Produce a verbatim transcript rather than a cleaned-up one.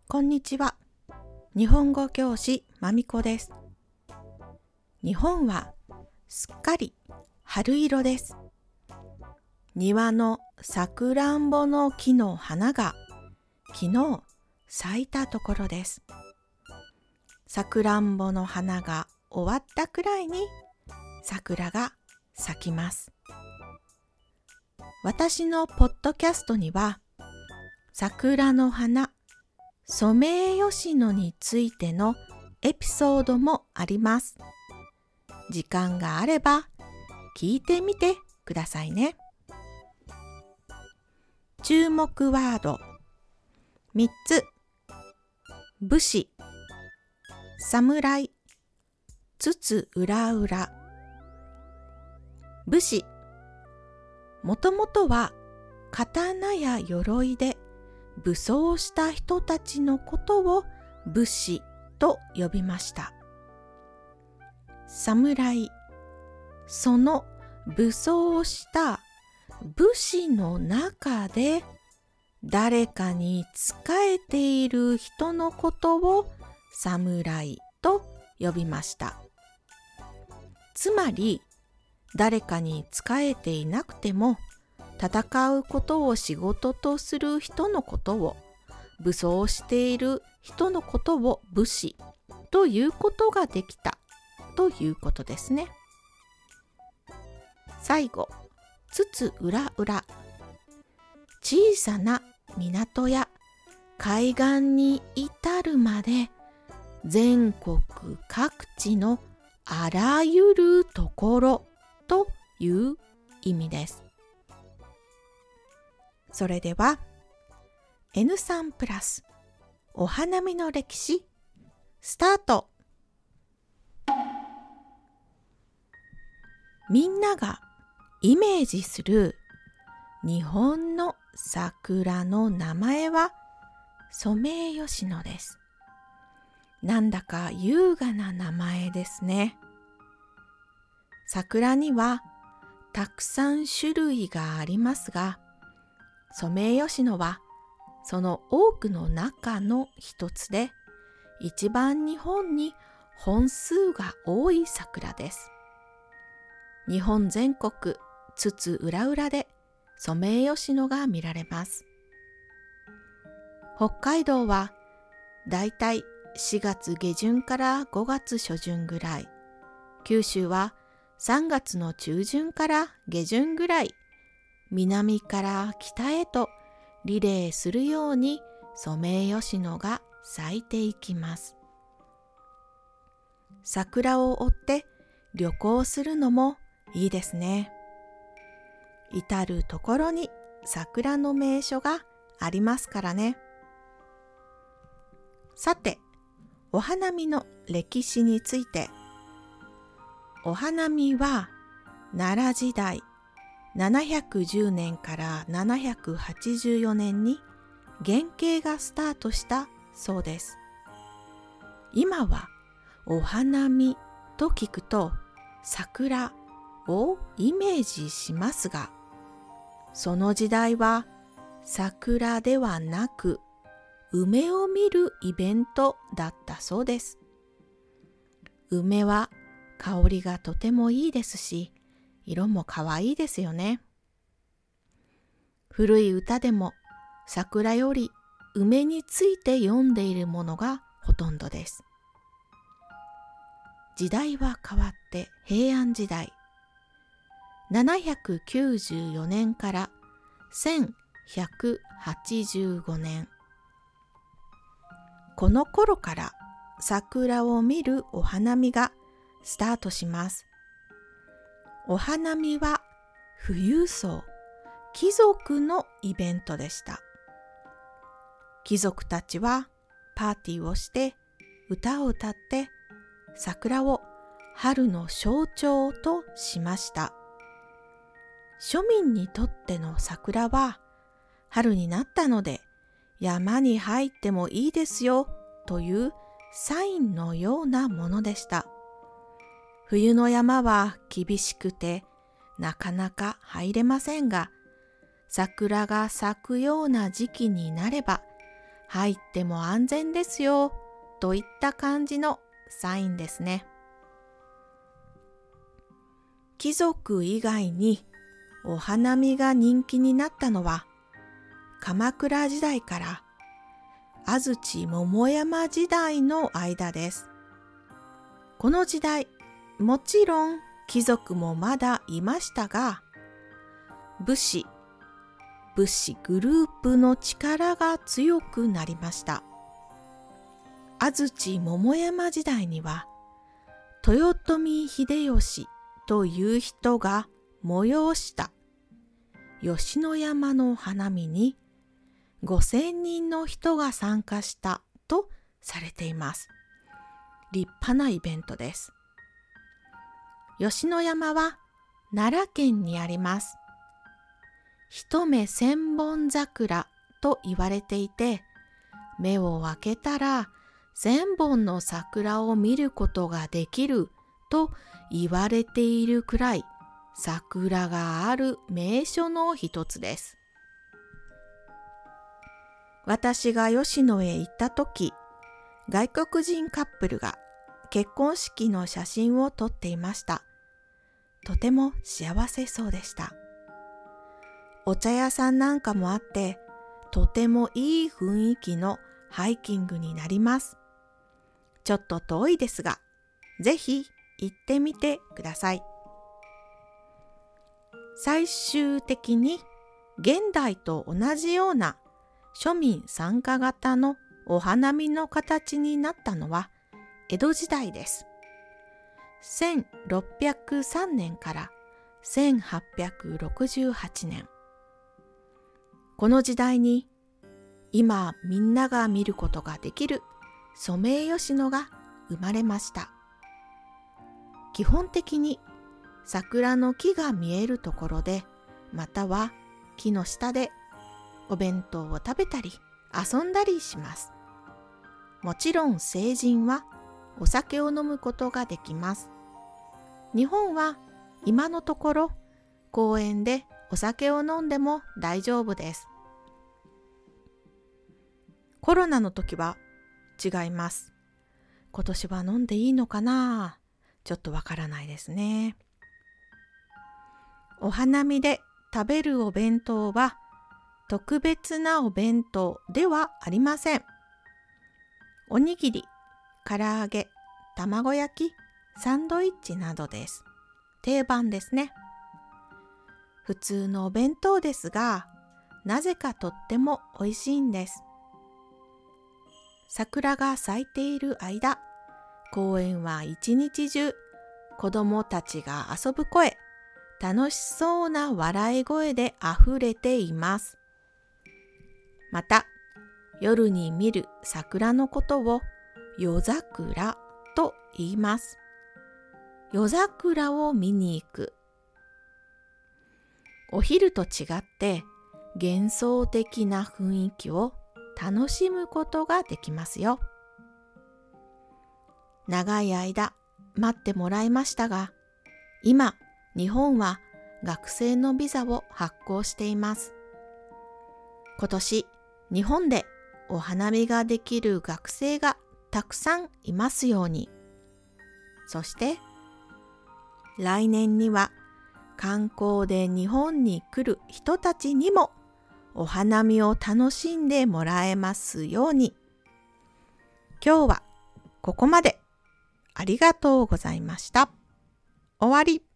こんにちは。日本語教師まみこです。日本はすっかり春色です。庭のさくらんぼの木の花が昨日咲いたところです。さくらんぼの花が終わったくらいに桜が咲きます。私のポッドキャストには桜の花ソメイヨシノについてのエピソードもあります。時間があれば聞いてみてくださいね。注目ワードみっつ。武士、侍、つつうらうら。武士、もともとは刀や鎧で武装した人たちのことを武士と呼びました。侍、その武装した武士の中で誰かに仕えている人のことを侍と呼びました。つまり誰かに仕えていなくても戦うことを仕事とする人のことを、武装している人のことを武士ということができたということですね。最後、つつうらうら。小さな港や海岸に至るまで全国各地のあらゆるところという意味です。それでは エヌスリー プラスお花見の歴史スタート。みんながイメージする日本の桜の名前はソメイヨシノです。なんだか優雅な名前ですね。桜にはたくさん種類がありますが、ソメイヨシノはその多くの中の一つで、一番日本に本数が多い桜です。日本全国津々浦々でソメイヨシノが見られます。北海道はだいたいしがつげじゅんからごがつしょじゅんぐらい、九州はさんがつの中旬から下旬ぐらい、南から北へとリレーするようにソメイヨシノが咲いていきます。桜を追って旅行するのもいいですね。至るところに桜の名所がありますからね。さて、お花見の歴史について。お花見は奈良時代ななひゃくじゅうねんからななひゃくはちじゅうよねんに原型がスタートしたそうです。今はお花見と聞くと桜をイメージしますが、その時代は桜ではなく梅を見るイベントだったそうです。梅は香りがとてもいいですし、色も可愛いですよね。古い歌でも桜より梅について読んでいるものがほとんどです。時代は変わって平安時代、ななひゃくきゅうじゅうよねんからせんひゃくはちじゅうごねん。この頃から桜を見るお花見がスタートします。お花見は富裕層、貴族のイベントでした。貴族たちはパーティーをして歌を歌って桜を春の象徴としました。庶民にとっての桜は春になったので山に入ってもいいですよというサインのようなものでした。冬の山は厳しくてなかなか入れませんが、桜が咲くような時期になれば入っても安全ですよといった感じのサインですね。貴族以外にお花見が人気になったのは鎌倉時代から安土桃山時代の間です。この時代、もちろん貴族もまだいましたが、武士、武士グループの力が強くなりました。安土桃山時代には、豊臣秀吉という人が催した吉野山の花見にごせんにんの人が参加したとされています。立派なイベントです。吉野山は奈良県にあります。一目千本桜と言われていて、目を開けたら千本の桜を見ることができると言われているくらい桜がある名所の一つです。私が吉野へ行ったとき、外国人カップルが結婚式の写真を撮っていました。とても幸せそうでした。お茶屋さんなんかもあって、とてもいい雰囲気のハイキングになります。ちょっと遠いですが、ぜひ行ってみてください。最終的に現代と同じような庶民参加型のお花見の形になったのは江戸時代です。せんろっぴゃくさんねんからせんはっぴゃくろくじゅうはちねん。この時代に今みんなが見ることができるソメイヨシノが生まれました。基本的に桜の木が見えるところで、または木の下でお弁当を食べたり遊んだりします。もちろん成人はお酒を飲むことができます。日本は今のところ公園でお酒を飲んでも大丈夫です。コロナの時は違います。今年は飲んでいいのかな？ちょっとわからないですね。お花見で食べるお弁当は特別なお弁当ではありません。おにぎり、唐揚げ、卵焼き、サンドイッチなどです。定番ですね。普通のお弁当ですが、なぜかとっても美味しいんです。桜が咲いている間、公園は一日中子供たちが遊ぶ声、楽しそうな笑い声であふれています。また、夜に見る桜のことを夜桜と言います。夜桜を見に行く。お昼と違って幻想的な雰囲気を楽しむことができますよ。長い間待ってもらいましたが、今日本は学生のビザを発行しています。今年日本でお花見ができる学生がたくさんいますように。そして来年には観光で日本に来る人たちにもお花見を楽しんでもらえますように。今日はここまで。ありがとうございました。終わり。